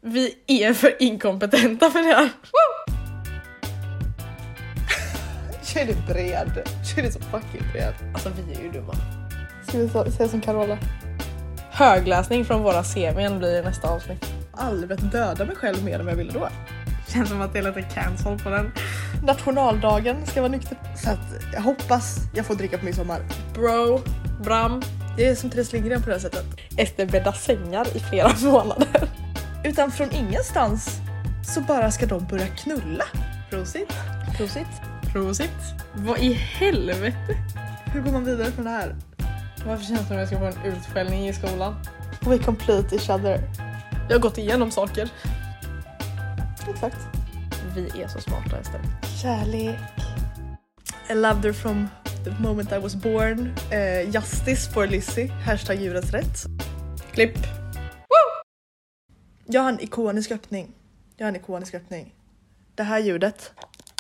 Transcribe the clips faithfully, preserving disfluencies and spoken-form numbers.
Vi är för inkompetenta för det här. Tjej är bred. Tjej är så fucking bred. Alltså vi är ju dumma. Ska vi säga som Carola? Högläsning från våra C V:n blir nästa avsnitt. Aldrig vet döda mig själv mer än vad jag ville då. Känns som att det är lite cancel på den. Nationaldagen ska vara nykter. Så att jag hoppas jag får dricka på midsommar. Bro, Bram. Det är som Therese Lindgren på det här sättet. Ester bäddar sängar i flera månader. Utan från ingenstans så bara ska de börja knulla. Prosit. Prosit. Prosit. Vad i helvete? Hur går man vidare från det här? Varför känns det som att jag ska få en utskällning i skolan? We complete each other. Jag har gått igenom saker. Exakt. Vi är så smarta istället. Kärlek. I loved her from the moment I was born. Uh, justice for Lizzie. Hashtag djurens rätt. Klipp. Woo! Jag har en ikonisk öppning. Jag har en ikonisk öppning. Det här ljudet.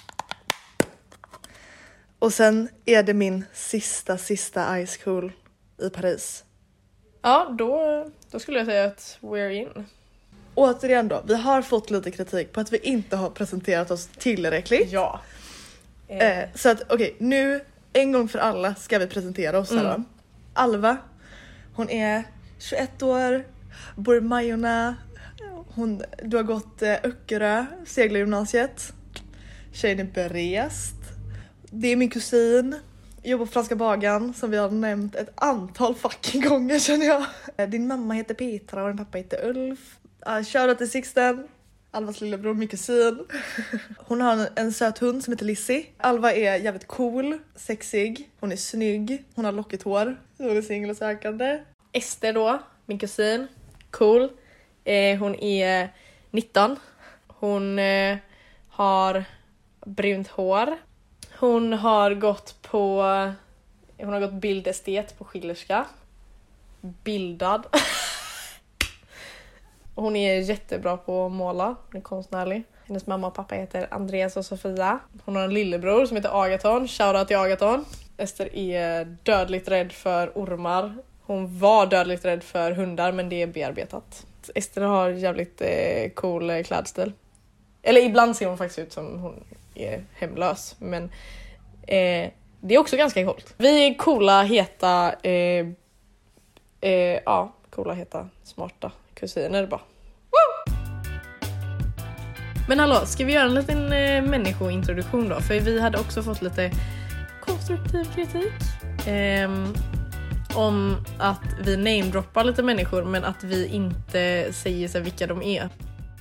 Och sen är det min sista, sista Ice Cool i Paris. Ja, då, då skulle jag säga att we're in. Återigen då, vi har fått lite kritik på att vi inte har presenterat oss tillräckligt. Ja. Eh, så att okej, okay, nu en gång för alla ska vi presentera oss här då. Mm. Alva, hon är tjugoett år, bor i Majorna. Hon, du har gått eh, Öckerö, seglargymnasiet. Tjejen är berest. Det är min kusin. Jobbar på Franska Bagan som vi har nämnt ett antal fucking gånger känner jag. Din mamma heter Petra och din pappa heter Ulf. Uh, Shoutout till Sixten. Alvas lillebror, min kusin. Hon har en, en söt hund som heter Lizzie. Alva är jävligt cool, sexig. Hon är snygg. Hon har lockigt hår. Hon är singel och sökande. Ester då, min kusin. Cool. Eh, hon är nitton. Hon eh, har brunt hår. Hon har gått på hon har gått bildestet på Schillerska. Bildad. Hon är jättebra på att måla. Hon är konstnärlig. Hennes mamma och pappa heter Andreas och Sofia. Hon har en lillebror som heter Agaton. Shoutout till Agaton. Ester är dödligt rädd för ormar. Hon var dödligt rädd för hundar, men det är bearbetat. Ester har jävligt eh, cool klädstil. Eller ibland ser hon faktiskt ut som hon är hemlös, men eh, det är också ganska coolt. Vi är coola, heta eh, eh, ja, coola, heta, smarta kusiner bara. Woo! Men hallå, ska vi göra en liten eh, människointroduktion då? För vi hade också fått lite konstruktiv kritik eh, om att vi namedroppar lite människor, men att vi inte säger så vilka de är.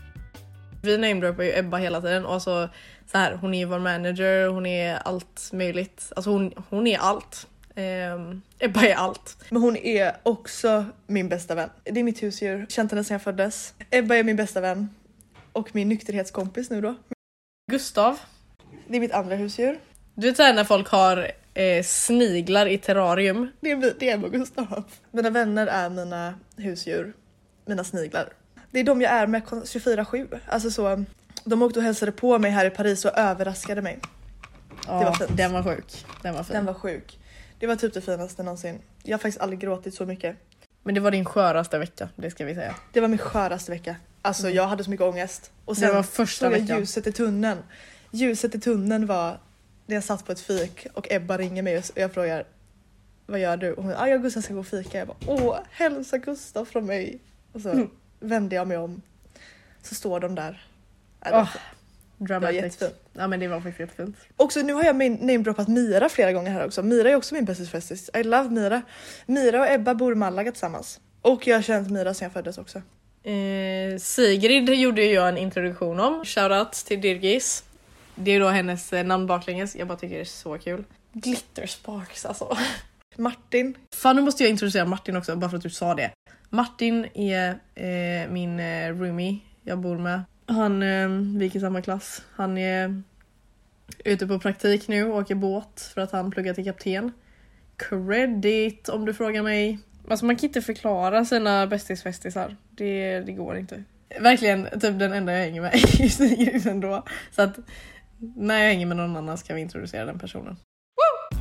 Vi namedroppar ju Ebba hela tiden, och alltså så här, hon är ju vår manager, hon är allt möjligt. Alltså hon, hon är allt. Um, Ebba är allt. Men hon är också min bästa vän. Det är mitt husdjur. Känt henne sedan jag föddes. Ebba är min bästa vän. Och min nykterhetskompis nu då. Gustav. Det är mitt andra husdjur. Du vet såhär när folk har eh, sniglar i terrarium. Det är, det är Ebba och Gustav. Mina vänner är mina husdjur. Mina sniglar. Det är de jag är med tjugofyra sju. Alltså så, de åkte och hälsade på mig här i Paris och överraskade mig. Ja, det var fint. Den var sjuk. Den var fin. Den var sjuk. Det var typ det finaste någonsin. Jag har faktiskt aldrig gråtit så mycket. Men det var din sköraste vecka, det ska vi säga. Det var min sköraste vecka. Alltså mm. jag hade så mycket ångest. Och sen det var första såg jag veckan. ljuset i tunneln. Ljuset i tunneln var när jag satt på ett fik och Ebba ringer mig och jag frågar: vad gör du? Och hon: ah, jag och Gustav ska gå och fika. Jag bara: åh, hälsa Gustav från mig. Och så mm. vände jag mig om. Så står de där. Oh, dramatic. Ja, men det var faktiskt jättefint. Också nu har jag namedroppat Mira flera gånger här också. Mira är också min bästis festis. I love Mira. Mira och Ebba bor i Malaga tillsammans. Och jag har känt Mira sedan jag föddes också. Eh, Sigrid gjorde jag en introduktion om. Shoutout till Dirgis. Det är då hennes namn baklänges. Jag bara tycker det är så kul. Glitter Sparks alltså. Martin. Fan, nu måste jag introducera Martin också, bara för att du sa det. Martin är eh, min eh, roomie jag bor med. Han eh, vi gick i samma klass. Han är ute på praktik nu och åker båt för att han pluggar till kapten. Credit om du frågar mig. Alltså man kan inte förklara sina bästisfestisar. Det, det går inte. Verkligen typ den enda jag hänger med i Sigrid ändå. Så att när jag hänger med någon annan ska vi introducera den personen. Woo!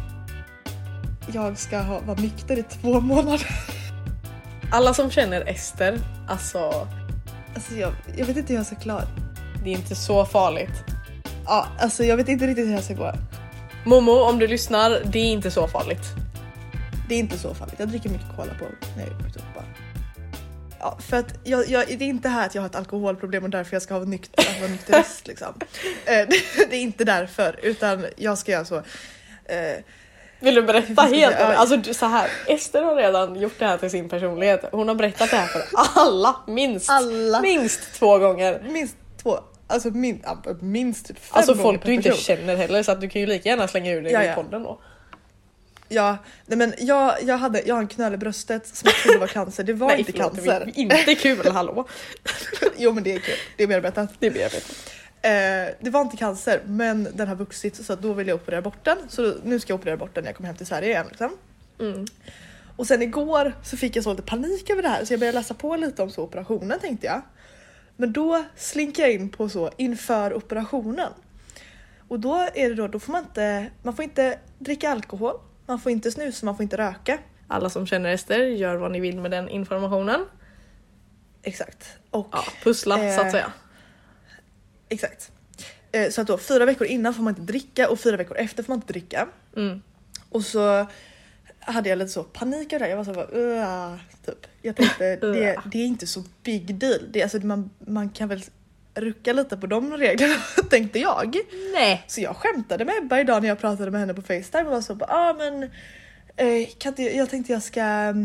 Jag ska ha, vara nykter i två månader. Alla som känner Ester, alltså Alltså jag, jag vet inte hur jag ska klara. Det är inte så farligt. Ja, alltså jag vet inte riktigt hur jag ska gå. Momo, om du lyssnar, det är inte så farligt. Det är inte så farligt. Jag dricker mycket cola på när jag är ute och bara. Ja, för att jag, jag, det är inte här att jag har ett alkoholproblem och därför jag ska vara nykter, vara nykterist liksom. Eh, det, det är inte därför, utan jag ska göra så. Eh, Vill du berätta ska helt? jag- Alltså du- så här, Ester har redan gjort det här till sin personlighet. Hon har berättat det här för alla, minst. Alla. Minst två gånger. minst två, alltså min, ja, minst typ fem Alltså gånger folk per du inte person. känner heller, så att du kan ju lika gärna slänga ur dig Ja, i ja. podden då. Ja, nej men jag, jag, hade, jag har en knöl i bröstet som jag trodde var cancer. Det var Nej, inte förlåt, cancer. det är inte kul, hallå. Jo men det är kul, det är bearbetat. Det blir jag vet. Eh, det var inte cancer, men den har vuxit så att då vill jag operera bort den. Så nu ska jag operera bort den när jag kommer hem till Sverige igen. Liksom. Mm. Och sen igår så fick jag så lite panik över det här så jag började läsa på lite om så operationen tänkte jag. Men då slinkar jag in på så inför operationen. Och då är det då, då får man inte, man får inte dricka alkohol, man får inte snusa, man får inte röka. Alla som känner Ester, gör vad ni vill med den informationen. Exakt. Och Ja, pussla Eh, så att säga. exakt. Eh, så att då fyra veckor innan får man inte dricka och fyra veckor efter får man inte dricka. Mm. Och så hade jag lite så panik över det. Jag var så bara, "Ugh", typ. Jag tänkte, det, det är inte så big deal. Det, alltså, man, man kan väl rucka lite på de reglerna, tänkte jag. Nej. Så jag skämtade med Ebba idag när jag pratade med henne på FaceTime och var så bara, ah, men eh, kan inte, jag tänkte jag ska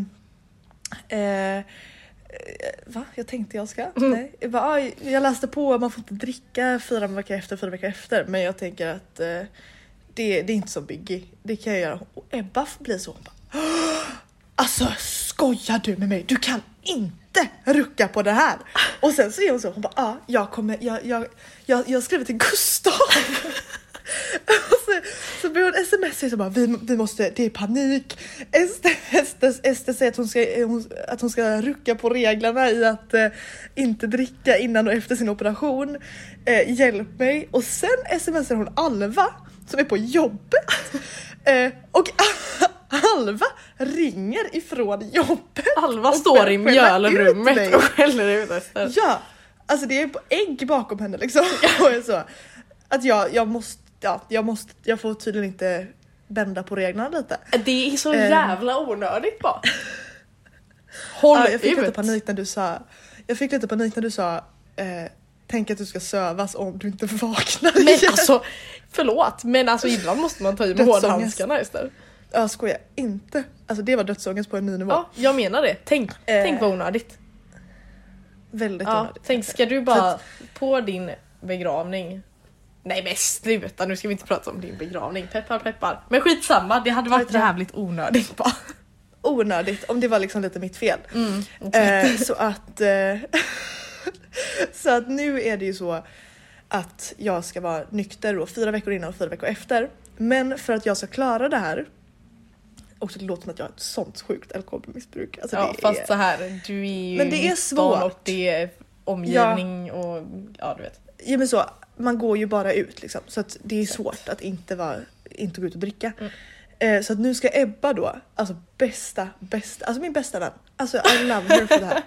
eh, eh, va? Jag tänkte jag ska? Mm. Nej. Jag, bara, ah, jag läste på att man får inte dricka fyra veckor efter, fyra veckor efter. Men jag tänker att eh, det, det är inte så biggie. Det kan jag göra. Och Ebba blir så, hon bara, alltså skojar du med mig? Du kan inte rucka på det här. Och sen så är hon så, hon bara, ja, ah, jag kommer, jag, jag, jag, jag skriver till Gustav. Och så, så börjar hon smsa och så bara, vi, vi måste, det är panik. Ester, Ester, Ester säger att hon, ska, hon, att hon ska rucka på reglerna i att eh, inte dricka innan och efter sin operation. Eh, hjälp mig. Och sen smsar hon Alva som är på jobbet. Eh, och Alva ringer ifrån jobbet. Alva och står i skäller ut mig. mjölrummet och skäller ut Ester. Ja, alltså det är på ägg bakom henne liksom. Och jag så att jag, jag måste, ja, jag måste, jag får tydligen inte bända på reglerna lite. Det är så Eh. jävla onödigt bara. Håll Ja, jag fick ut. lite panik när du sa, jag fick lite panik när du sa, eh, tänk att du ska sövas om du inte vaknar Men igen. alltså, förlåt, men alltså ibland måste man ta i med Dödsångest. hårdhandskarna Ester. Jag skojar inte. Alltså det var dödsångest på en ny nivå. Ja, jag menar det. Tänk, Eh. tänk vad onödigt. Väldigt Ja, onödigt. tänk, ska du bara på din begravning. Nej men sluta, nu ska vi inte prata om din begravning. Peppar peppar. Men skitsamma, det hade varit Skitsamma. jävligt onödigt bara. Onödigt om det var liksom lite mitt fel. Mm, Eh, så att eh, så att nu är det ju så att jag ska vara nykter då, fyra veckor innan och fyra veckor efter. Men för att jag ska klara det här, och det låter som att jag har ett sånt sjukt alkoholmissbruk. Alltså ja, det fast är, så här, du är ju Men det är nitton svårt. och det är omgivning och ja du vet. ja, men så, man går ju bara ut liksom, så att det är svårt att inte, vara, inte gå ut och dricka. Mm. Eh, så att nu ska Ebba då, alltså bästa, bästa, alltså min bästa vän, alltså I love her för det här.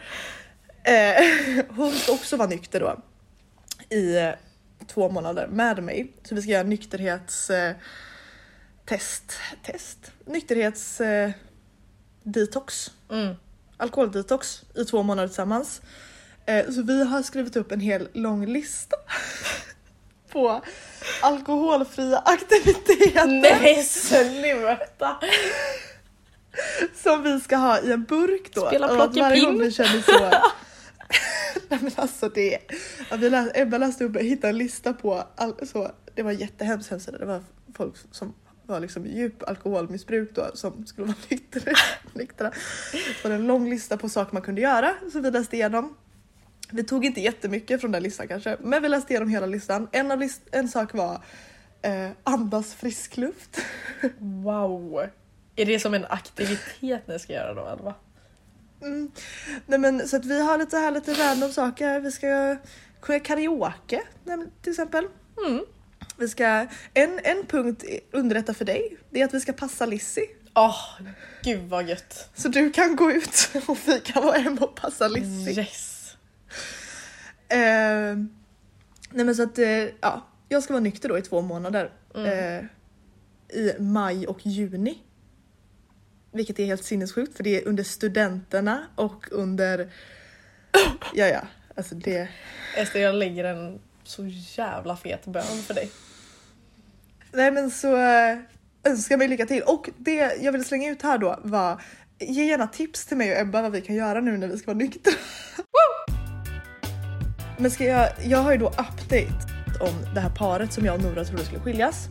Eh, hon ska också vara nykter då i eh, två månader med mig. Så vi ska göra nykterhets eh, test, test, nykterhets eh, detox, Mm. alkoholdetox i två månader tillsammans. Eh, så vi har skrivit upp en hel lång lista på alkoholfria aktiviteter. Nej sluta! Som vi ska ha i en burk då. Spela Och att varje plockepinn. gång vi känner så. Nej men alltså det. Ja, vi läs, Ebba läste upp och hittade en lista på. All, så, det var jättehemskt hemsida. Det var folk som var liksom djup alkoholmissbruk då. Som skulle vara nyktra. nyktra. Så det var en lång lista på saker man kunde göra. Så vi läste igenom. Vi tog inte jättemycket från den listan kanske. Men vi läste igenom hela listan. En, av list, en sak var eh, andas frisk luft. Wow. Är det som en aktivitet ni ska göra då Alva? Mm. Nej men så att vi har lite här lite random saker. Vi ska sjunga karaoke till exempel. Mm. Vi ska en en punkt underrätta för dig. Det är att vi ska passa Lizzie. Åh, oh, gud vad gött. Så du kan gå ut och vi kan vara hemma och passa Lizzie. Yes. Eh, nej men så att, eh, ja, jag ska vara nykter då i två månader. Mm. Eh, I maj och juni. Vilket är helt sinnessjukt för det är under studenterna och under... ja ja, alltså det... Ester, jag lägger en så jävla fet bön för dig. Nej men så äh, önskar mig lycka till. Och det jag ville slänga ut här då var, ge gärna tips till mig och Ebba vad vi kan göra nu när vi ska vara nyktra. Men ska jag, jag har ju då update om det här paret som jag och Nora trodde skulle skiljas.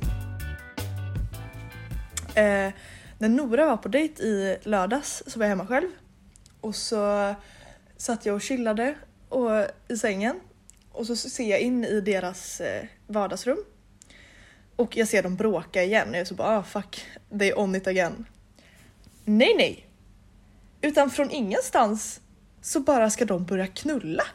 Eh, när Nora var på dejt i lördags så var jag hemma själv. Och så satt jag och chillade och, i sängen. Och så ser jag in i deras eh, vardagsrum. Och jag ser dem bråka igen. Jag är så bara, ah fuck, they on it again. Nej, nej. Utan från ingenstans så bara ska de börja knulla.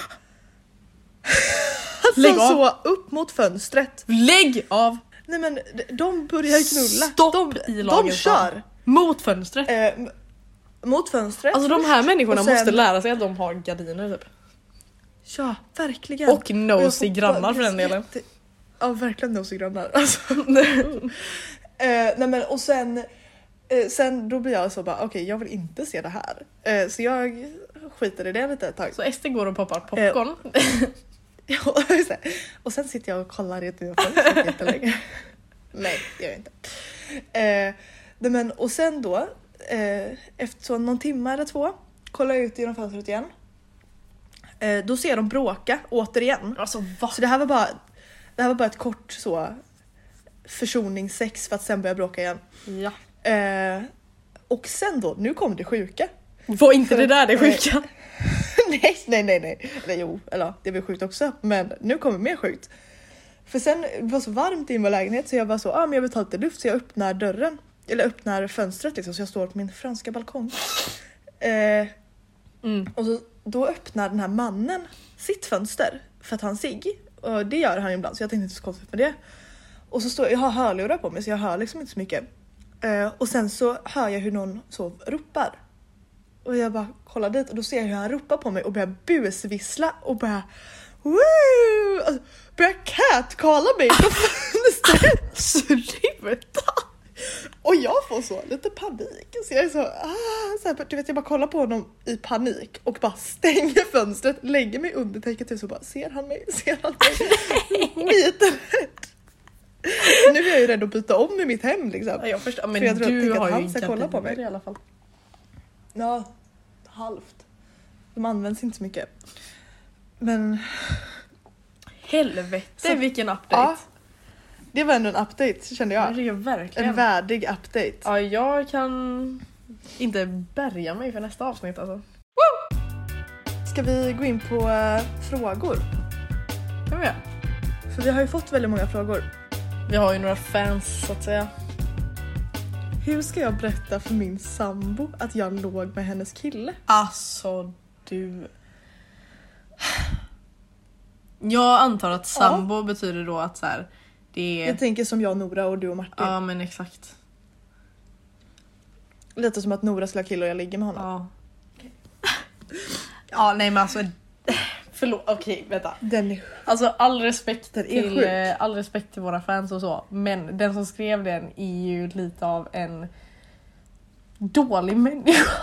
Alltså Lägg av. så upp mot fönstret. Lägg av! Nej men de börjar knulla. Stopp de, i de lagens kör. namn. Mot fönstret. Eh, m- mot fönstret. Alltså de här människorna och sen- måste lära sig att de har gardiner typ. Ja, verkligen. Och nosy jag grannar hoppas- för den delen. jätte- Ja, verkligen nosy grannar. Alltså. eh, nej men och sen eh, sen då blir jag så bara okej, okay, jag vill inte se det här. Eh, så jag skiter i det lite ett tag. Så Ester går och poppar popcorn. Ja, just det. Och sen sitter jag och kollar i ett fönster jättelänge. Nej, det gör jag inte. Eh, nej men och sen då eh, efter så någon timme eller två kollar jag ut genom fönstret igen. Eh, då ser de bråka återigen. Alltså va? Så det här var bara det här var bara ett kort så försoningssex för att sen börja bråka igen. Ja. Eh, och sen då, nu kommer det sjuka. Var inte det där det sjuka? nej, nej, nej, nej. Eller jo, eller det var sjukt också. Men nu kommer mer sjukt. För sen det var så varmt i min lägenhet så jag var så, ah, men jag vill ta lite luft så jag öppnar dörren. Eller öppnar fönstret liksom så jag står på min franska balkong. Eh, Mm. och så, då öppnar den här mannen sitt fönster för att han sig. Och det gör han ibland så jag tänkte inte så konstigt med det. Och så står jag, jag har hörlurar på mig så jag hör liksom inte så mycket. Eh, och sen så hör jag hur någon så ropar. Och jag bara kollar dit och då ser jag hur han ropar på mig och börjar busvissla och bara woo! Alltså, börjar catcalla mig på fönstret. Sluta! Och jag får så lite panik. Så jag är så, ah, så här, du vet jag bara kollar på honom i panik och bara stänger fönstret, lägger mig under täcket och så bara ser han mig, ser han mig. Skiträdd. Nu är jag ju rädd att byta om i mitt hem liksom. Ja, jag förstår, men För jag tror- du tänker att har ju han ska kolla på gardiner mig. i alla fall. Ja, halvt. De används inte så mycket. Men Helvete Så- vilken update. ja, det var ändå en update kände Ja. jag. Det är verkligen. En värdig update. Ja, jag kan inte bärga mig för nästa avsnitt alltså. Ska vi gå in på uh, frågor? Kan vi göra? För vi har ju fått väldigt många frågor. Vi har ju några fans så att säga. Hur ska jag berätta för min sambo att jag låg med hennes kille? Alltså du... Jag antar att sambo betyder då att så här, det är... Jag tänker som jag, Nora och du och Martin. Ja men exakt. Lite som att Nora skulle ha kille och jag ligger med honom. Ja. Ja nej men alltså... Förlåt, okej vänta. Den är... Alltså all respekt, Den är till, sjuk. eh, all respekt till våra fans och så. Men den som skrev den är ju lite av en dålig människa.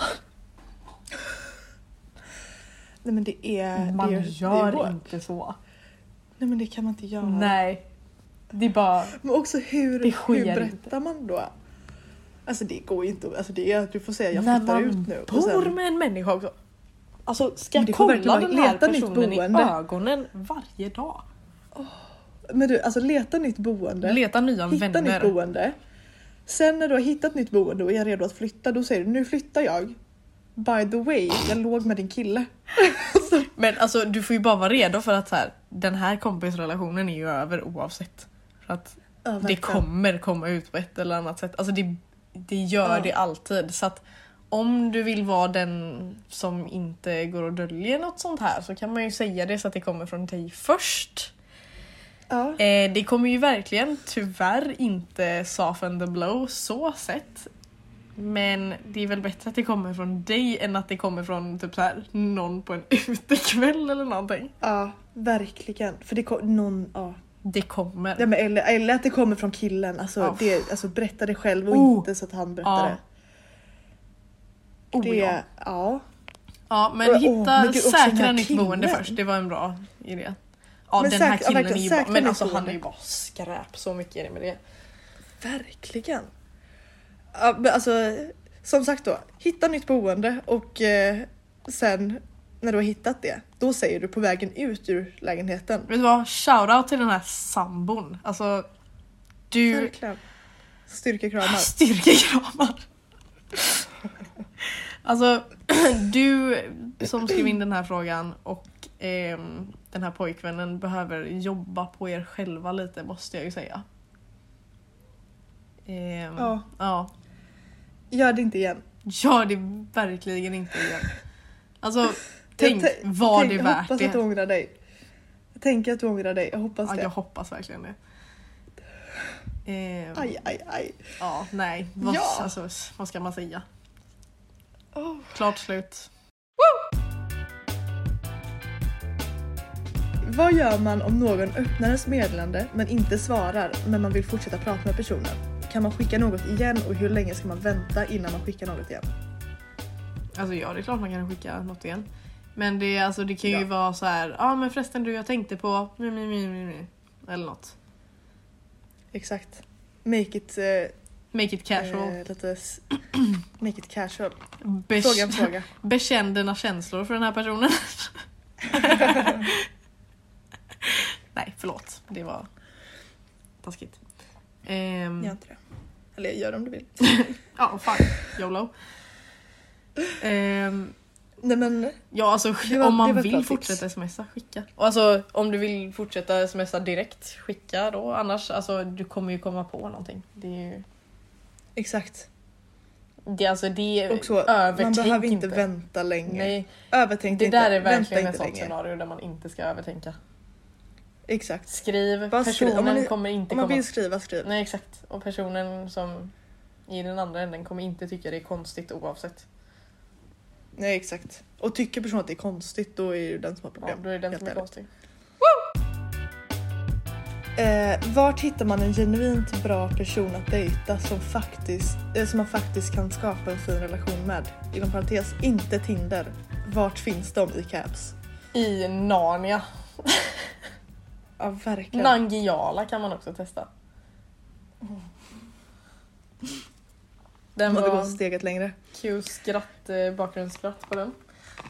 Nej men det är... Man det är, gör det är inte så. Nej men det kan man inte göra. Nej. Det är bara... Men också hur, Det sker hur berättar inte. man då? Alltså det går ju inte. Alltså det är, du får säga jag när flyttar man ut nu. Och bor sen, med en människa också. Alltså ska Men det får kolla verkligen den vara- här leta nytt personen i boende. ögonen varje dag. men du, alltså leta nytt boende. Leta nya hitta vänner. nytt boende. Sen när du har hittat nytt boende och är redo att flytta, då säger du nu flyttar jag. By the way, jag låg med din kille. Men alltså du får ju bara vara redo för att så här, den här kompisrelationen är ju över oavsett. För att Ja, det verkligen. kommer komma ut på ett eller annat sätt. Alltså det, det gör Ja. det alltid. Så att om du vill vara den som inte går och döljer något sånt här så kan man ju säga det så att det kommer från dig först. Ja. Eh, det kommer ju verkligen tyvärr inte soften the blow så sett. Men det är väl bättre att det kommer från dig än att det kommer från typ så här, någon på en utekväll eller någonting. Ja, verkligen. För det kom, någon, ja. Det kommer. Ja, men eller, eller att det kommer från killen. Alltså, Ja. det, alltså berätta det själv och Oh. inte så att han berättar Ja. det. Oh, Det, ja. ja. Ja, men Åh, hitta men gud, också den säkra här nytt killen. boende först. Det var en bra idé. Ja, Men den säk- här ja, killen verkligen, är ju bara, säkra men nytt alltså han boende. är ju bara skräp. Så mycket är det med det. Verkligen. Ja, men alltså, som sagt då, hitta nytt boende och eh, sen när du har hittat det, då säger du på vägen ut ur lägenheten. Vet du vad? Shoutout till den här sambon. Alltså, du... Verkligen. Styrkekramar. Styrkekramar. Alltså, du som skrev in den här frågan och ehm, den här pojkvännen behöver jobba på er själva lite, måste jag ju säga. Ehm, Ja. Ja. Gör det inte igen. Gör det verkligen inte igen. Alltså, tänk, Jag te- var tänk, det jag värt hoppas det? att du ångrar dig. Jag tänker att du ångrar dig. Jag hoppas Ja, det. jag hoppas verkligen det. Ehm, Aj, aj, aj. Ja, nej. Vad, Ja. alltså, vad ska man säga? Oh. Klart slut. Vad gör man om någon öppnar ens meddelande men inte svarar men man vill fortsätta prata med personen? Kan man skicka något igen och hur länge ska man vänta innan man skickar något igen? Alltså ja, det är klart man kan skicka något igen. Men det, alltså, det kan ju Ja. vara så här, ja ah, men förresten du, jag tänkte på mm, mm, mm, mm, eller något. Exakt. Make it, eh, Make it casual. eh, lite s- make it casual. Be- Fråga en fråga. Bekänn dina känslor för den här personen. Nej, förlåt. Det var taskigt. Ehm, Gör inte det. Eller gör det om du vill. ja, fan. YOLO. Ehm, Nej men, ja, alltså Det var- om man det var ett bra vill tips. fortsätta smsa, skicka. Och alltså om du vill fortsätta smsa direkt, skicka då. Annars, alltså du kommer ju komma på någonting. Det är ju... exakt. Det, alltså, det är Och så, man övertänk behöver inte, inte. vänta länge. Nej, Övertänk det inte. där är Vänta verkligen ett inte sånt länge. scenario där man inte ska övertänka. Exakt. Skriv, Bara skriv. personen Om man är- kommer inte Om man komma... vill skriva, skriv. Nej, exakt. Och personen som i den andra änden kommer inte tycka det är konstigt oavsett. Nej, exakt. Och tycker personen att det är konstigt, då är det ju den som har Ja, problem. då är det den Helt som är ärligt. konstig. Eh, vart hittar man en genuint bra person att dejta som, faktiskt, eh, som man faktiskt kan skapa en fin relation med? Inom parentes, inte Tinder. Vart finns de i caps? I Narnia. Ja, verkligen. Nangiala kan man också testa. Den Man hade var gått steget längre. Q skratt, eh, bakgrundsskratt på den.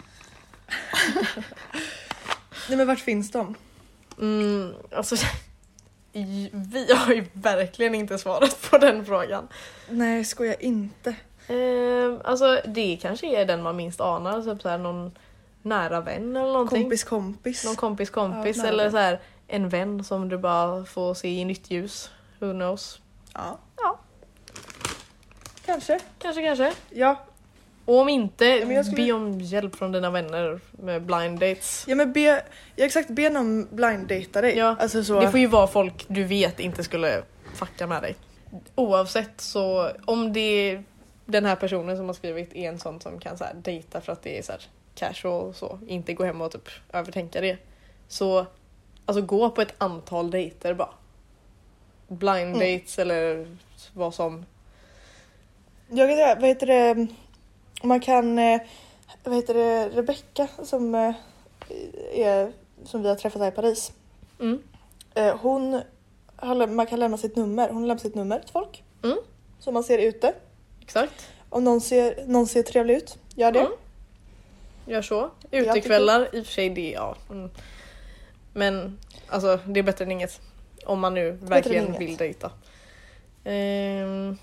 Nej, men vart finns de? Mm, alltså, i- vi har ju verkligen inte svarat på den frågan. Nej, skojar inte. Ehm, alltså det kanske är den man minst anar, typ så här någon nära vän eller någonting. Kompis kompis. Någon kompis kompis Ja, nära eller vän. så här en vän som du bara får se i nytt ljus. Who knows? Ja. Ja. Kanske. Kanske, kanske. Ja. Och om inte, Ja, men jag skulle- be om hjälp från dina vänner med blind dates. Ja, men be, ja, exakt, be någon blind-data dig. Ja, Alltså så. Det får ju vara folk du vet inte skulle fucka med dig. Oavsett så, om det är den här personen som har skrivit är en sån som kan så här dejta för att det är så här casual och så, inte gå hem och typ övertänka det. Så alltså gå på ett antal dejter bara. Blind Mm. dates eller vad som. Jag vet inte, vad heter det? Man kan, eh, vad heter det, Rebecca som eh, är, som vi har träffat här i Paris. Mm. Eh, Hon, har lä- man kan lämna sitt nummer. Hon lämnar sitt nummer till folk. Mm. Som man ser ute. Exakt. Om någon ser, någon ser trevlig ut, gör det. Mm. Gör så. alltid Utekvällar, i och för sig det, ja. Mm. Men alltså det är bättre än inget. Om man nu verkligen inget. vill dejta. Ehm.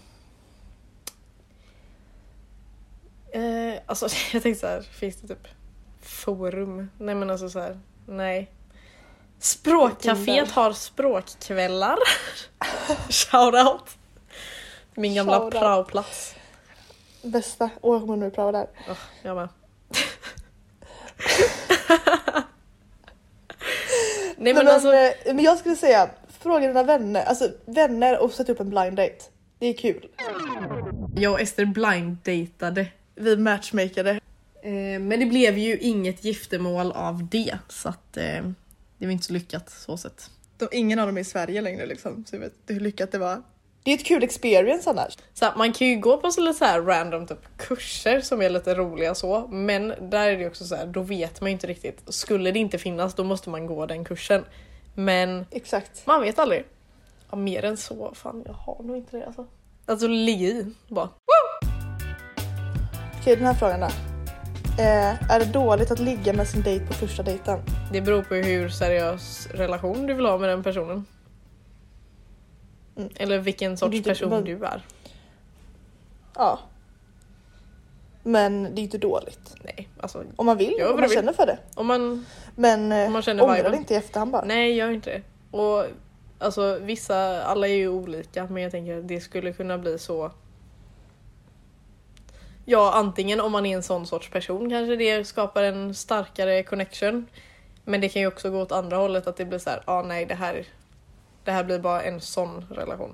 Eh, alltså jag tänkte så här, finns det typ forum? Nej men alltså så här, nej. Språkcaféet Tinder. har språkkvällar. Shoutout. Min gamla Shoutout. praoplats. Bästa. Åh, jag kommer nu prata där. Oh, jag med. Nej Men, men men, alltså, eh, men jag skulle säga, fråga dina vänner. Alltså vänner och sätt upp en blind date. Det är kul. jag och Ester blind-datade. Vi matchmakade. Eh, men det blev ju inget giftermål av det. Så att, eh, Det var inte så lyckat så sett. De, ingen av dem är i Sverige längre liksom. Så jag vet hur lyckat det var. Det är ett kul experience annars. Så här, man kan ju gå på så lite så här random typ kurser som är lite roliga så. Men där är det också så här, då vet man ju inte riktigt. Skulle det inte finnas, då måste man gå den kursen. Men Exakt. man vet aldrig. Ja, mer än så, fan jag har nog inte det alltså. Alltså ligg i, bara. Okej, den här frågan då. Eh, är det dåligt att ligga med sin dejt på första dejten? Det beror på hur seriös relation du vill ha med den personen. Mm. Eller vilken sorts du, person men, du är. Ja. Men det är inte dåligt. Nej, alltså. Om man vill, om man vill. känner för det. Om man, men om man känner ångrar det inte i efterhand bara. Nej, gör inte det. Och alltså vissa, alla är ju olika. Men jag tänker att det skulle kunna bli så. Ja, antingen om man är en sån sorts person kanske det skapar en starkare connection. Men det kan ju också gå åt andra hållet att det blir så här, ja ah, nej det här, det här blir bara en sån relation.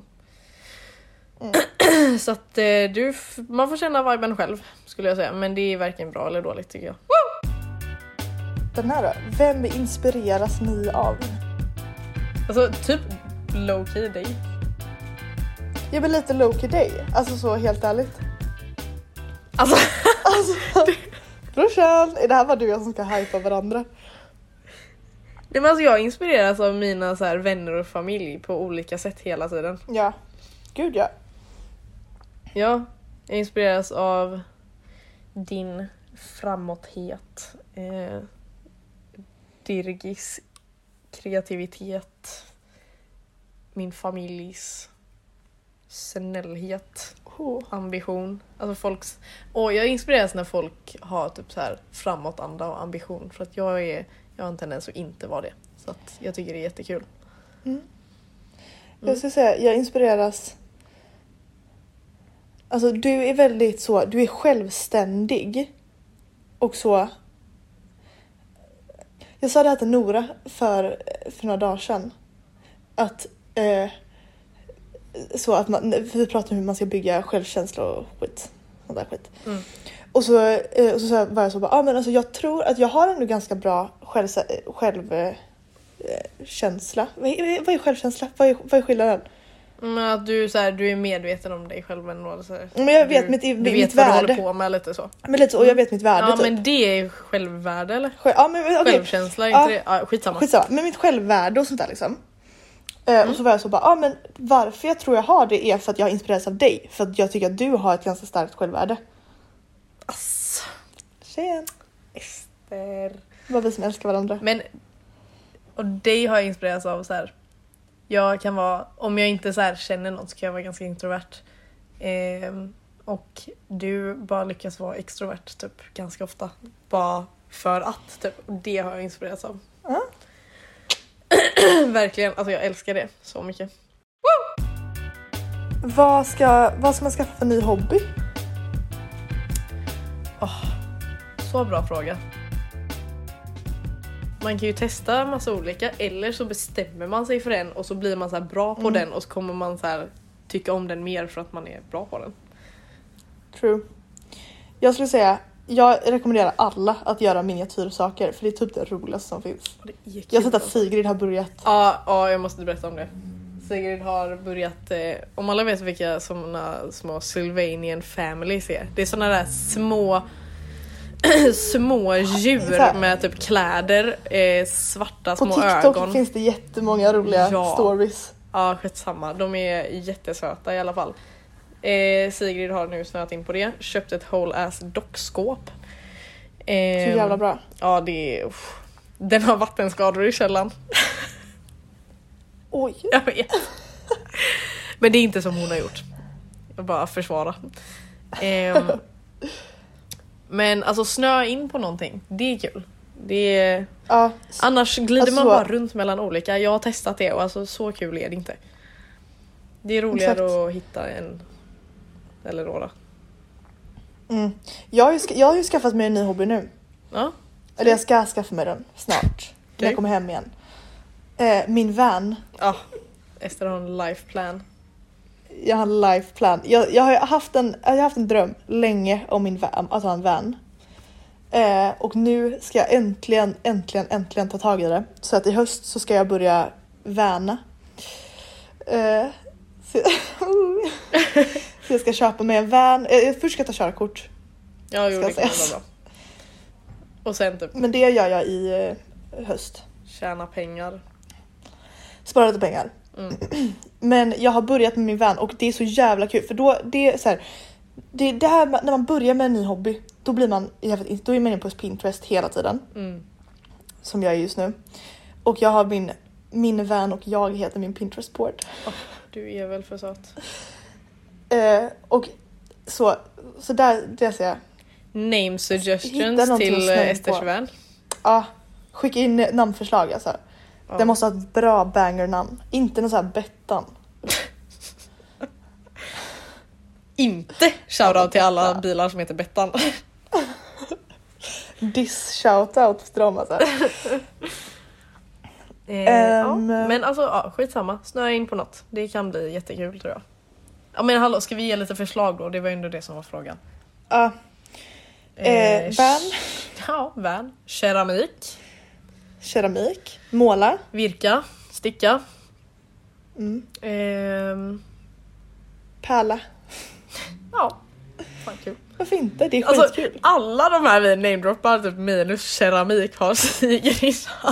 Mm. Så att eh, du, man får känna viben själv skulle jag säga. Men det är varken bra eller dåligt tycker jag. Den här då, vem inspireras ni av? Alltså typ low key dig. Jag blir lite low key dig, alltså så helt ärligt. Alltså, alltså brorsan, är det här bara du och jag som ska hypa varandra? Nej, men alltså jag inspireras av mina så här vänner och familj på olika sätt hela tiden. Ja, gud ja. Ja, jag inspireras av din framåthet, eh, Dirgis kreativitet, min familjs snällhet, oh. ambition. Alltså folks, och jag inspireras när folk har typ så här framåtanda och ambition för att jag är jag har en tendens att inte vara det. Så att jag tycker det är jättekul. Mm. Jag ska säga, jag inspireras. Alltså du är väldigt så, du är självständig. Och så. Jag sa det här till Nora för, för några dagar sedan. Att eh, så att man, vi pratar om hur man ska bygga självkänsla och skit. Sånt där skit. Mm. Och så, eh, och så var jag så bara, ah, men alltså jag tror att jag har ändå ganska bra själv, själv eh, känsla. Vad är, vad är självkänsla? Vad är, vad är skillnaden? Men att du, så här, du är medveten om dig själv ändå. Så här, men jag vet du, mitt, du mitt vet värde. vad du håller på med lite så. Men lite så, och jag vet mitt värde. Ja, typ. men det är självvärde eller? Själv, ja, men, okay. Självkänsla, ja, inte det? Ja, skitsamma. Skitsamma, men mitt självvärde och sånt där liksom. Mm. Och så var jag så bara, ja ah, men varför jag tror jag har det är för att jag inspireras av dig. För att jag tycker att du har ett ganska starkt självvärde. Ass. Tjejen. Ester. Det var vi som älskar varandra. Men, och dig har jag inspirerats av så här. Jag kan vara, om jag inte så här känner något så kan jag vara ganska introvert. Eh, och du bara lyckas vara extrovert typ ganska ofta. Bara för att typ. Och det har jag inspirerats av. Mm. Verkligen, alltså jag älskar det så mycket. Woo! Vad ska, vad ska man skaffa för ny hobby? Oh, så bra fråga. Man kan ju testa massa olika, eller så bestämmer man sig för en och så blir man så här bra på mm. den och så kommer man så här tycka om den mer för att man är bra på den. True. Jag skulle säga, jag rekommenderar alla att göra miniatyrsaker för det är typ det roligaste som finns. Jag har sett att Sigrid har börjat. Ja, ja, jag måste berätta om det. Sigrid har börjat, eh, om alla vet vilka såna små Sylvanian families är. Det är såna där små små djur med typ kläder, eh, svarta på små TikTok ögon. På TikTok finns det jättemånga roliga ja. stories. Ja, skitsamma. De är jättesöta i alla fall. Eh, Sigrid har nu snöat in på det. Köpt ett whole ass dockskåp. Eh, Så jävla bra. Ja, det är... Uff. Den har vattenskador i källan. Oj. Jag vet. Men det är inte som hon har gjort. Jag bara försvara. Eh, men alltså snöa in på någonting. Det är kul. Det är... Ja, annars glider alltså, man bara runt mellan olika. Jag har testat det och alltså så kul är det inte. Det är roligare exakt. Att hitta en eller några. Mm. Jag, har ju, jag har ju skaffat mig en ny hobby nu. Ja. Eller jag ska skaffa mig den snart. Okay. När jag kommer hem igen. Eh, min van. Ja. Ester har en life plan. Jag har en life plan. Jag, jag har haft en, jag har haft en dröm länge om min van, att ha en van. Eh, och nu ska jag äntligen, äntligen, äntligen ta tag i det. Så att i höst så ska jag börja värna. Eh, så, så jag ska köpa mig en van. Eh, först ska jag ta körkort. Ja, jo, det kan vara bra. Och sen typ... Men det gör jag i eh, höst. Tjäna pengar. Spara lite pengar. Mm. Men jag har börjat med min van och det är så jävla kul. För då, det är så här... Det, det här, när man börjar med en ny hobby, då blir man, då är man inne på Pinterest hela tiden. Mm. Som jag är just nu. Och jag har min, min vän och jag heter min Pinterest-board. Oh, du är väl för söt. Eh, och så, så där, där ser jag. Name suggestions till Esters vän. Ja, skicka in namnförslag alltså. Ja. Det måste ha ett bra banger-namn. Inte någon sån här Bettan. Inte shoutout till alla bilar som heter Bettan. Diss shoutout för dem alltså. eh, um, ja. Men alltså ja, skitsamma. Snöa in på något. Det kan bli jättekul tror jag. Ja men hallå, ska vi ge lite förslag då? Det var ju ändå det som var frågan. Ja. Uh, eh, van. Ja, van. Keramik. Keramik. Måla. Virka. Sticka. Mm. Eh, Pärla. Ja, fan kul. Varför inte? Det är alltså, skitkul. alla de här vi namedroppar, typ minus keramik, har Sigrid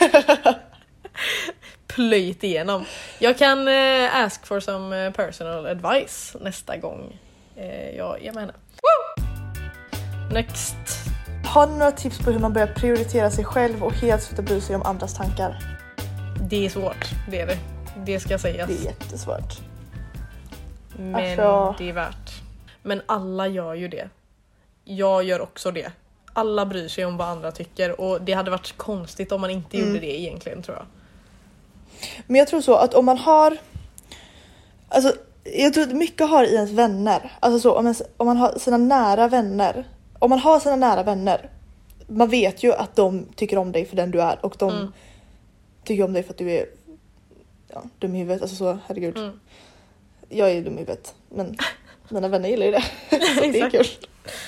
plöjt igenom. Jag kan eh, ask for some personal advice nästa gång eh, jag är med henne. Woo! Next. Har ni några tips på hur man börjar prioritera sig själv och helt sluta bry sig om andras tankar? Det är svårt, det är det. Det ska sägas. Det är jättesvårt. Men alltså... det är värt. Men alla gör ju det. Jag gör också det. Alla bryr sig om vad andra tycker. Och det hade varit konstigt om man inte mm. gjorde det egentligen, tror jag. Men jag tror så att om man har... Alltså, jag tror att mycket har i ens vänner. Alltså så, om, ens, om man har sina nära vänner. Om man har sina nära vänner. Man vet ju att de tycker om dig för den du är. Och de mm. tycker om dig för att du är ja, dum i huvudet. Alltså så, herregud. Mm. Jag är dum i huvudet. Men mina vänner gillar ju det. Så det är kul.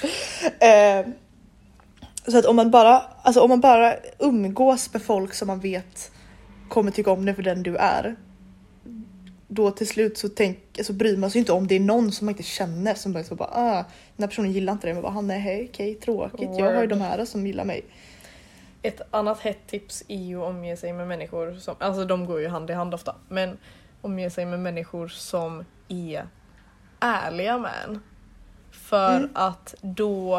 Eh, så att om man bara alltså om man bara umgås med folk som man vet kommer tycka om dig för den du är, då till slut så tänk, alltså bryr man sig inte om det är någon som man inte känner som bara så bara ah, den här personen gillar inte det, men bara han är hej, okej, tråkigt. Word. Jag har ju de här som gillar mig. Ett annat hett tips är ju att omge sig med människor som, alltså de går ju hand i hand ofta, men omge sig med människor som är ärliga med en. För mm. att då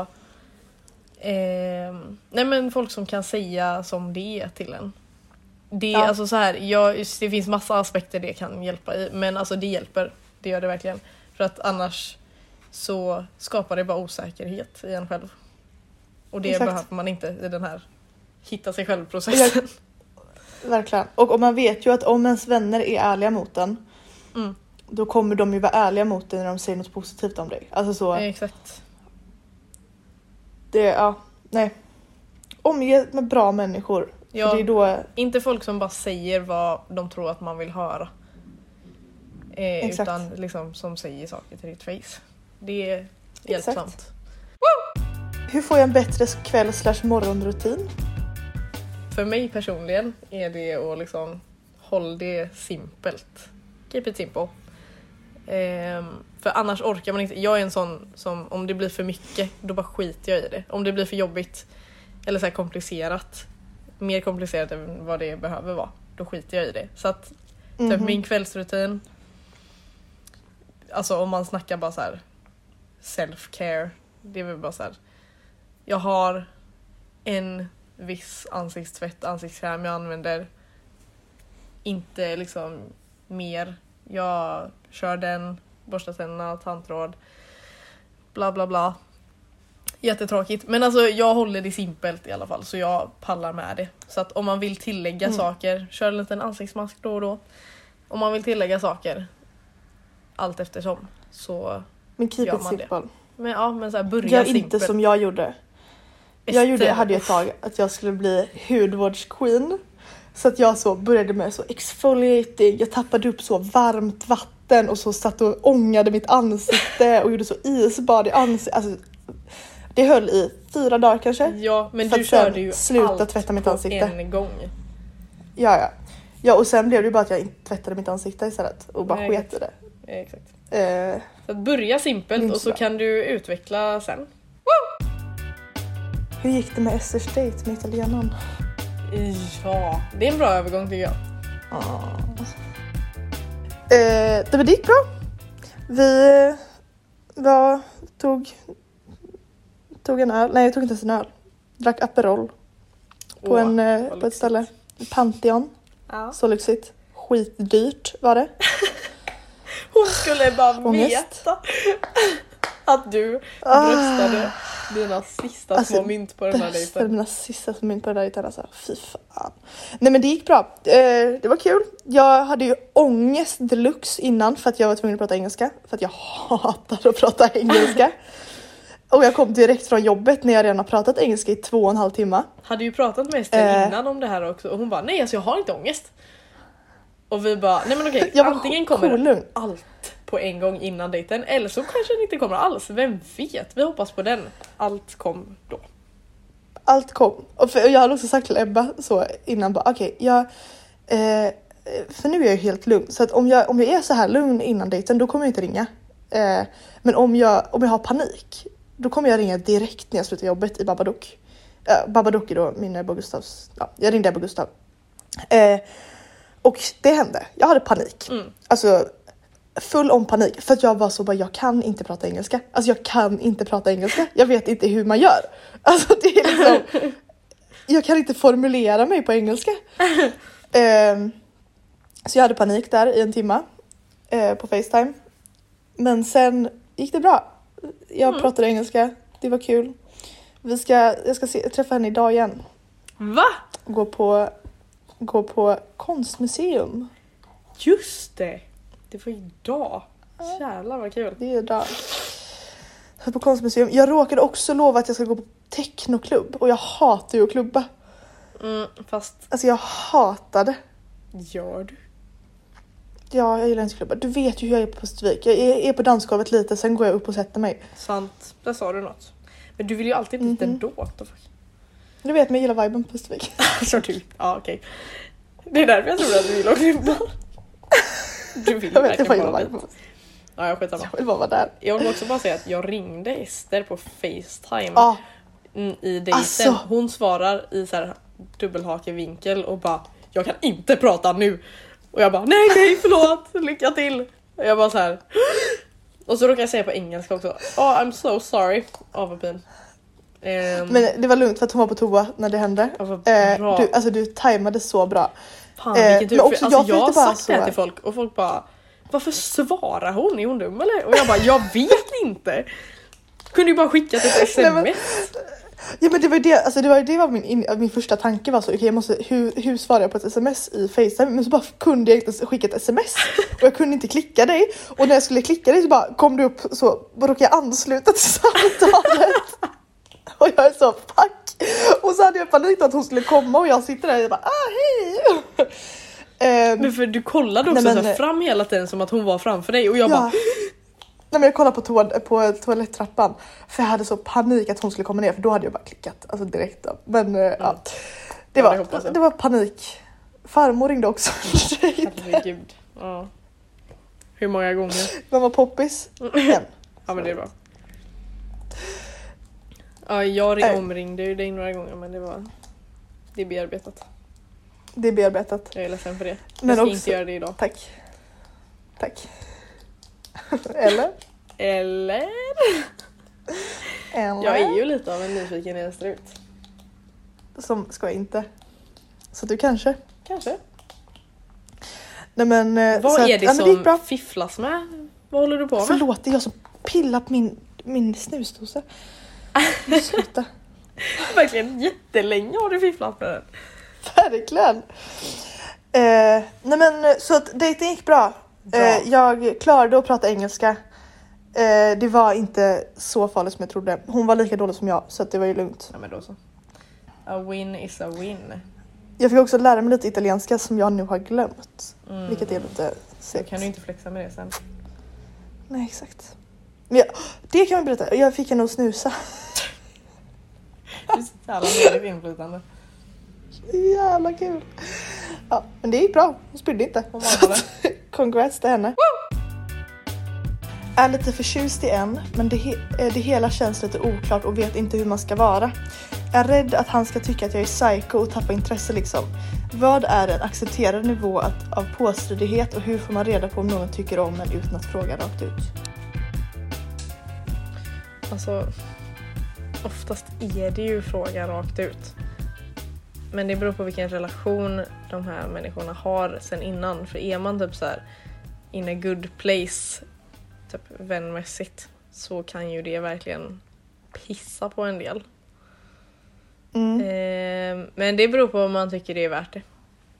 eh, nej men folk som kan säga som det är till en. Det, ja. Alltså så här, jag, det finns massa aspekter det kan hjälpa i, men alltså det hjälper, det gör det verkligen. För att annars så skapar det bara osäkerhet i en själv. Och det Exakt. behöver man inte i den här hitta sig själv-processen. Verkligen. Och om man vet ju att om ens vänner är ärliga mot en, mm. då kommer de ju vara ärliga mot dig när de säger något positivt om dig. Alltså så. Exakt. Det, ja, nej. Omge med bra människor. Ja, för det är då... inte folk som bara säger vad de tror att man vill höra. Eh, utan liksom som säger saker till ditt face. Det är hjälpsamt. Hur får jag en bättre kväll slash morgonrutin? För mig personligen är det att liksom hålla det simpelt. Keep it simple. Eh, för annars orkar man inte. Jag är en sån som om det blir för mycket, då bara skiter jag i det. Om det blir för jobbigt eller så här komplicerat, mer komplicerat än vad det behöver vara, då skiter jag i det. Så att mm-hmm. typ min kvällsrutin, alltså om man snackar bara så här self-care, det är väl bara så här, jag har en viss ansiktstvätt, ansiktskräm jag använder, inte liksom mer. Jag kör den, borstar tänderna, tandtråd, bla bla bla. Jättetråkigt, men alltså jag håller det simpelt i alla fall, så jag pallar med det. Så att om man vill tillägga mm. saker, kör en liten ansiktsmask då och då. Om man vill tillägga saker allt eftersom, så men keep gör it man simple. det. Men ja, men så här, börja Gör simpelt. inte som jag gjorde. Jag gjorde, jag hade ett tag att jag skulle bli hudvårdsqueen. Så att jag så började med så exfoliating. Jag tappade upp så varmt vatten och så satt och ångade mitt ansikte och gjorde så isbad i ansiktet. Alltså, Det höll i fyra dagar kanske. Ja, men För du att sen körde ju sluta allt tvätta mitt på ansikte. en gång. Ja, ja. Ja, och sen blev det ju bara att jag inte tvättade mitt ansikte istället. Och bara Nej, sket i det. Exakt. Eh, Så att börja simpelt Minst och så bra. kan du utveckla sen. hur gick det med Esters dejt med italienaren? Ja, det är en bra övergång tycker jag. Ah. Eh, det var dit bra. Vi eh, var, tog, tog en öl. Nej, jag tog inte ens en öl. Drack Aperol. På, Åh, en, eh, vad på ett lyxigt. ställe. Pantheon. Ja. Så lyxigt. Skitdyrt var det. Hon skulle bara Ångest. veta att du Ah. röstade dina sista Alltså, små mynt på den här Bästa, dejten. mina sista som mynt på den där dejten. Alltså, fy fan. Nej men det gick bra. Eh, det var kul. Jag hade ju ångest deluxe innan för att jag var tvungen att prata engelska. För att jag hatar att prata engelska. Och jag kom direkt från jobbet när jag redan har pratat engelska i två och en halv timme. Hade ju pratat med Ester Eh. innan om det här också och hon bara nej alltså jag har inte ångest. Och vi bara nej men okej, Jag var antingen kommer kolugn. allt på en gång innan dejten eller så kanske det inte kommer alls, vem vet? Vi hoppas på den. Allt kom då. Allt kom. Och för, jag hade också sagt till Ebba så innan bara okej, okay, jag eh, för nu är jag helt lugn. Så att om jag, om jag är så här lugn innan dejten då kommer jag inte ringa. Eh, men om jag, om jag har panik då kommer jag ringa direkt när jag slutar jobbet i Babadook. Eh, Babadook är då min Ebba och Gustavs. Ja, jag ringde Ebba och Gustav. Eh, och det hände. Jag hade panik. Mm. Alltså full om panik. För att jag var så bara, jag kan inte prata engelska. Alltså jag kan inte prata engelska. Jag vet inte hur man gör. Alltså det är liksom... jag kan inte formulera mig på engelska. eh, så jag hade panik där i en timme. Eh, på FaceTime. Men sen gick det bra. Jag Mm. pratade engelska. Det var kul. Vi ska, jag ska se, träffa henne idag igen. Va? Gå på, gå på konstmuseum. Just det. Det var idag. Jävlar vad kul. Det är idag. Så på konstmuseum. Jag råkade också lova att jag ska gå på technoklubb. Och jag hatar ju att klubba. Mm, fast Alltså jag hatade. gör du? Ja, jag gillar inte klubbar. Du vet ju hur jag är på Pustervik. Jag är, är på dansgolvet lite, sen går jag upp och sätter mig. Sant, där sa du något. Men du vill ju alltid dit Mhm. ändå. what the fuck? Du vet, men jag gillar viben på Pustervik. Alltså du, ja okej. Det är därför jag tror att du vill åka klubba. Du vill Jag vet, jag verkligen gillar bara viben. dit. Ja, jag skiter Jag vill bara vara där. Jag vill också bara säga att jag ringde Ester på FaceTime Ja, mm, i dejten. Alltså. Hon svarar i så här dubbelhakevinkel och bara jag kan inte prata nu. Och jag bara nej nej förlåt, lycka till. Och jag bara så här. Och så råkar jag säga på engelska också. Oh I'm so sorry. Åh vad pin. Ehm, men det var lugnt för att hon var på toa när det hände. ja, vad Eh, bra. du, alltså du tajmade så bra. Fan eh, vilken tur. men också För, alltså, jag jag, tänkte har bara sagt så det här här. till folk och folk bara varför svarar hon? Är hon dum eller? Och jag bara jag vet inte. Kunde ju bara skickat ett sms. Nej, men- Ja men det var ju det, alltså det var ju det var min, in, min första tanke var så okej okay, jag måste, hur, hur svarar jag på ett sms i FaceTime? Men så bara kunde jag inte skicka ett sms och jag kunde inte klicka dig och när jag skulle klicka dig så bara kom du upp så råkade jag ansluta till samtalet och jag är så fuck och så hade jag panik att hon skulle komma och jag sitter där och bara ah hej. Ehm, Men för du kollade också Nej, men- så här fram hela tiden som att hon var framför dig och jag ja. bara Nej men jag kollade på, toa, på toalettrappan för jag hade så panik att hon skulle komma ner för då hade jag bara klickat alltså direkt då. Men mm. ja, det, Ja, det var, hoppas det, jag. var panik. Farmor ringde också. herregud. Ja. Hur många gånger? Mamma poppis. En. Ja men det är bra. Ja jag ring, Nej. omringde ju dig några gånger men det var det är bearbetat. Det är bearbetat. Jag är ledsen för det. Men Jag ska också- inte göra det idag. Tack. Tack. Eller? Eller? Eller? Jag är ju lite av en nyfiken enstrut. Som ska jag inte. Så du kanske. Kanske. Nej men. eh, Vad så är att, det ja, men som det gick bra. fifflas med? Vad håller du på med? Förlåt, det är jag som pillar på min, min snusdosa. Sluta. Verkligen jättelänge har du fifflat med den. Verkligen. Eh, nej men så att dejten gick bra. Bra. Eh, jag klarade att prata engelska. Eh, det var inte så farligt som jag trodde. Hon var lika dålig som jag så att det var ju lugnt. Ja men då så. A win is a win. Jag fick också lära mig lite italienska som jag nu har glömt. Mm. Vilket är lite Så segt. kan du inte flexa med det sen. Nej exakt. Men jag, det kan man berätta. Jag fick henne att snusa. Du är så jävla dåligt inflytande. Jävla kul. Ja, men det gick bra. Hon spydde inte. Hon valde det. Congrats till henne. Woo! Är lite förtjust i en, men det, he- det hela känns lite oklart och vet inte hur man ska vara. Är rädd att han ska tycka att jag är psycho och tappa intresse liksom. Vad är en accepterad nivå att, av påstridighet och hur får man reda på om någon tycker om en utan att fråga rakt ut? Alltså, oftast är det ju fråga rakt ut. Men det beror på vilken relation de här människorna har sen innan. För är man typ så här in a good place, typ vänmässigt, så kan ju det verkligen pissa på en del. Mm. Eh, men det beror på om man tycker det är värt det.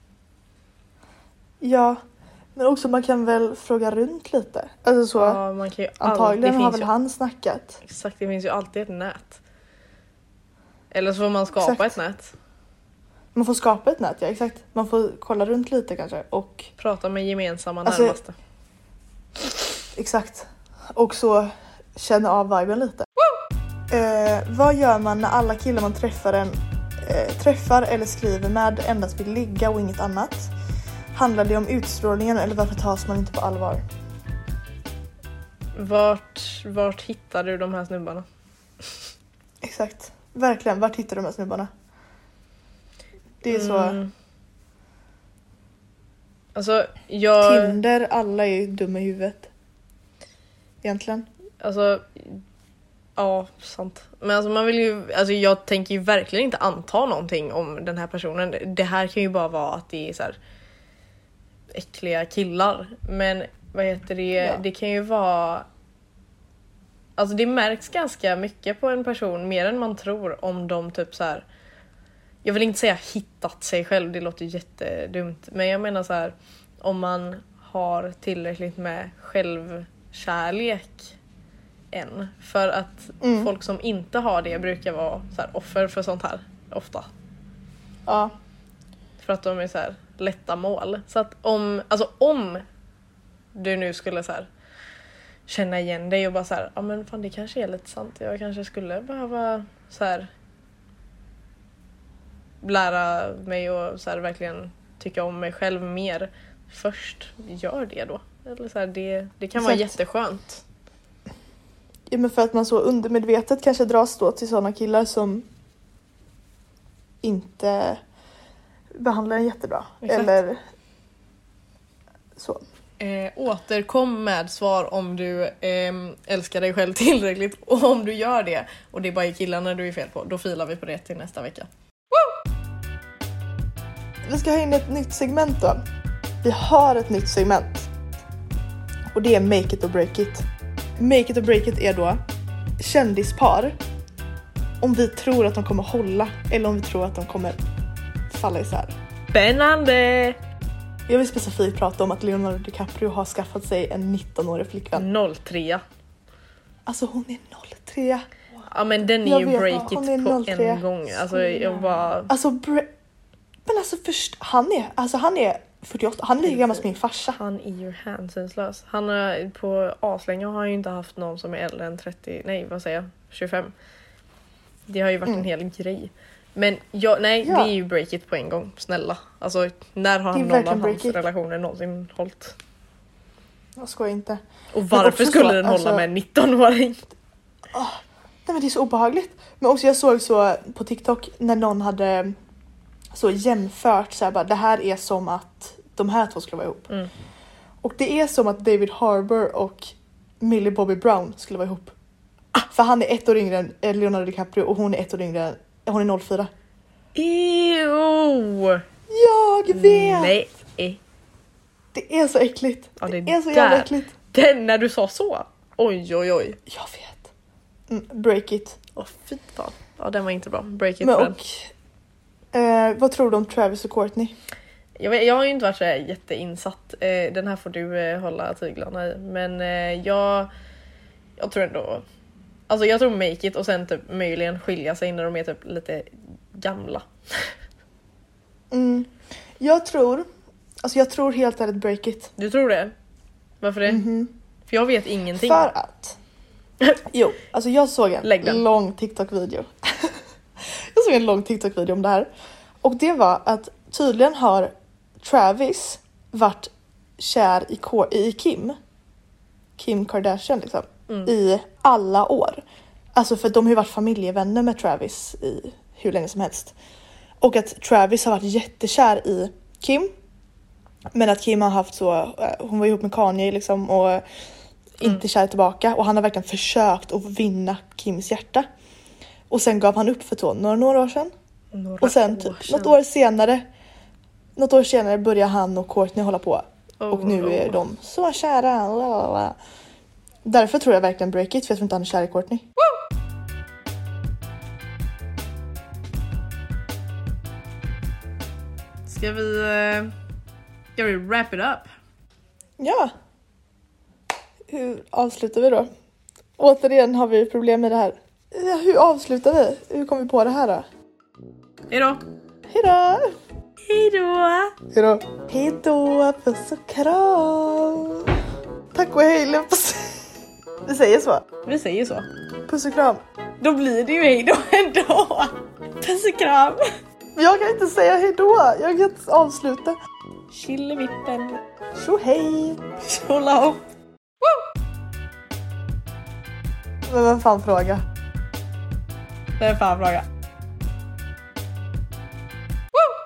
Ja, men också man kan väl fråga runt lite. Alltså så, Ja, man kan ju antagligen alltid, har finns väl ju, han snackat. exakt, det finns ju alltid ett nät. Eller så får man skapa Exakt. ett nät. Man får skapa ett nät, ja exakt. Man får kolla runt lite kanske och Prata med gemensamma Alltså, närmaste. exakt. Och så känna av viben lite. Eh, vad gör man när alla killar man träffar, en, eh, träffar eller skriver med endast vill ligga och inget annat? Handlar det om utstrålningen eller varför tas man inte på allvar? Vart, vart hittar du de här snubbarna? Exakt. Verkligen, vart hittar du de här snubbarna? Det är så... Mm. Alltså, jag... Tinder, alla är ju dumma i huvudet. Egentligen. Alltså, ja, sant. Men alltså man vill ju, alltså jag tänker ju verkligen inte anta någonting om den här personen. Det här kan ju bara vara att det är så här äckliga killar. Men vad heter det? Ja. Det kan ju vara, alltså det märks ganska mycket på en person, mer än man tror, om de typ så här. Jag vill inte säga hittat sig själv, det låter jättedumt. Men jag menar så här, om man har tillräckligt med självkärlek än. För att Mm. folk som inte har det brukar vara så här offer för sånt här ofta. Ja. För att de är så här lätta mål. Så att om, alltså om du nu skulle så här känna igen dig och bara så här, ja men fan det kanske är lite sant. Jag kanske skulle behöva så här lära mig och så här verkligen tycka om mig själv mer först. Gör det då. Eller så här, det, det kan vara Exakt. jätteskönt. Ja, men för att man så undermedvetet kanske dras då till sådana killar som inte behandlar en jättebra. Exakt. Eller så. Eh, återkom med svar om du eh, älskar dig själv tillräckligt, och om du gör det och det är bara killarna du är fel på, då filar vi på det till nästa vecka. Vi ska ha in ett nytt segment då. Vi har ett nytt segment. Och det är Make It or Break It. Make It or Break It är då kändispar. Om vi tror att de kommer hålla eller om vi tror att de kommer falla isär. Spännande! Jag vill specifikt prata om att Leonardo DiCaprio har skaffat sig en nitton-årig flickvän. noll tre. Alltså hon är noll tre. Ja men den är Jag ju vet, break hon it är på noll tre. en gång. Alltså jag bara... Alltså bre- men alltså först han är alltså han är fyrtioåtta. Han är lika gammal som min farsa. Han är ju hänsynslös. Han har på aslänge har han ju inte haft någon som är äldre än trettio, nej vad säger jag, tjugofem. Det har ju varit Mm. en hel grej. Men jag, nej, Ja. det är ju break it på en gång, snälla. Alltså när har Det är han någon verkligen av break hans it. relationer någonsin hållit? Jag skojar inte. Och varför också skulle så, den alltså- hålla med en nitton-åring? Nej men det är så obehagligt. Men också jag såg så på TikTok när någon hade så jämfört så här, bara, det här är som att de här två skulle vara ihop. Mm. Och det är som att David Harbour och Millie Bobby Brown skulle vara ihop. För han är ett år yngre än Leonardo DiCaprio och hon är ett år yngre än, hon är noll fyra. Ew! Jag vet! Nej. Det är så äckligt. Ja, det det är så jävla där. äckligt. Den när du sa så. Oj oj oj. Jag vet. Mm, break it. Åh fy fan. Ja den var inte bra. Break it Men på den. och, eh, vad tror du om Travis och Courtney? Jag, vet, jag har ju inte varit så här jätteinsatt. Eh, den här får du eh, hålla tyglarna i. Men eh, jag, jag tror ändå... Alltså jag tror make it och sen typ möjligen skilja sig när de är typ lite gamla. Mm. Jag tror, alltså jag tror helt ärligt break it. Du tror det? Varför det? Mhm. För jag vet ingenting. För att, jo, alltså jag såg Lägg en den. lång TikTok-video. Jag såg en lång TikTok-video om det här. Och det var att tydligen har Travis varit kär i, Ko- i Kim. Kim Kardashian liksom. Mm. I alla år. Alltså för de har ju varit familjevänner med Travis i hur länge som helst. Och att Travis har varit jättekär i Kim. Men att Kim har haft så, hon var ihop med Kanye liksom och mm. inte kär tillbaka. Och han har verkligen försökt att vinna Kims hjärta. Och sen gav han upp för två, några, några år sedan. Några och sen typ, år sedan. något år senare, något år senare börjar han och Kourtney hålla på. Oh, och nu är oh. de så kära. Lalala. Därför tror jag verkligen break it, för jag tror inte han är kär i Kourtney. Woo! Ska vi, uh, ska vi wrap it up? Ja. Hur avslutar vi då? Återigen har vi problem med det här. Ja, hur avslutar vi? Hur kom vi på det här då? Hejdå! Hejdå! Hejdå! Hejdå! Hejdå! Puss och kram! Tack och hej, Lepas. Vi säger så. Vi säger så. Puss och kram. Då blir det ju hejdå ändå. Puss och kram. Jag kan inte säga hejdå. Jag kan inte avsluta. Chillevippen. Tjo hej. Tjolao. Men vem fan fråga? Vem fan fråga?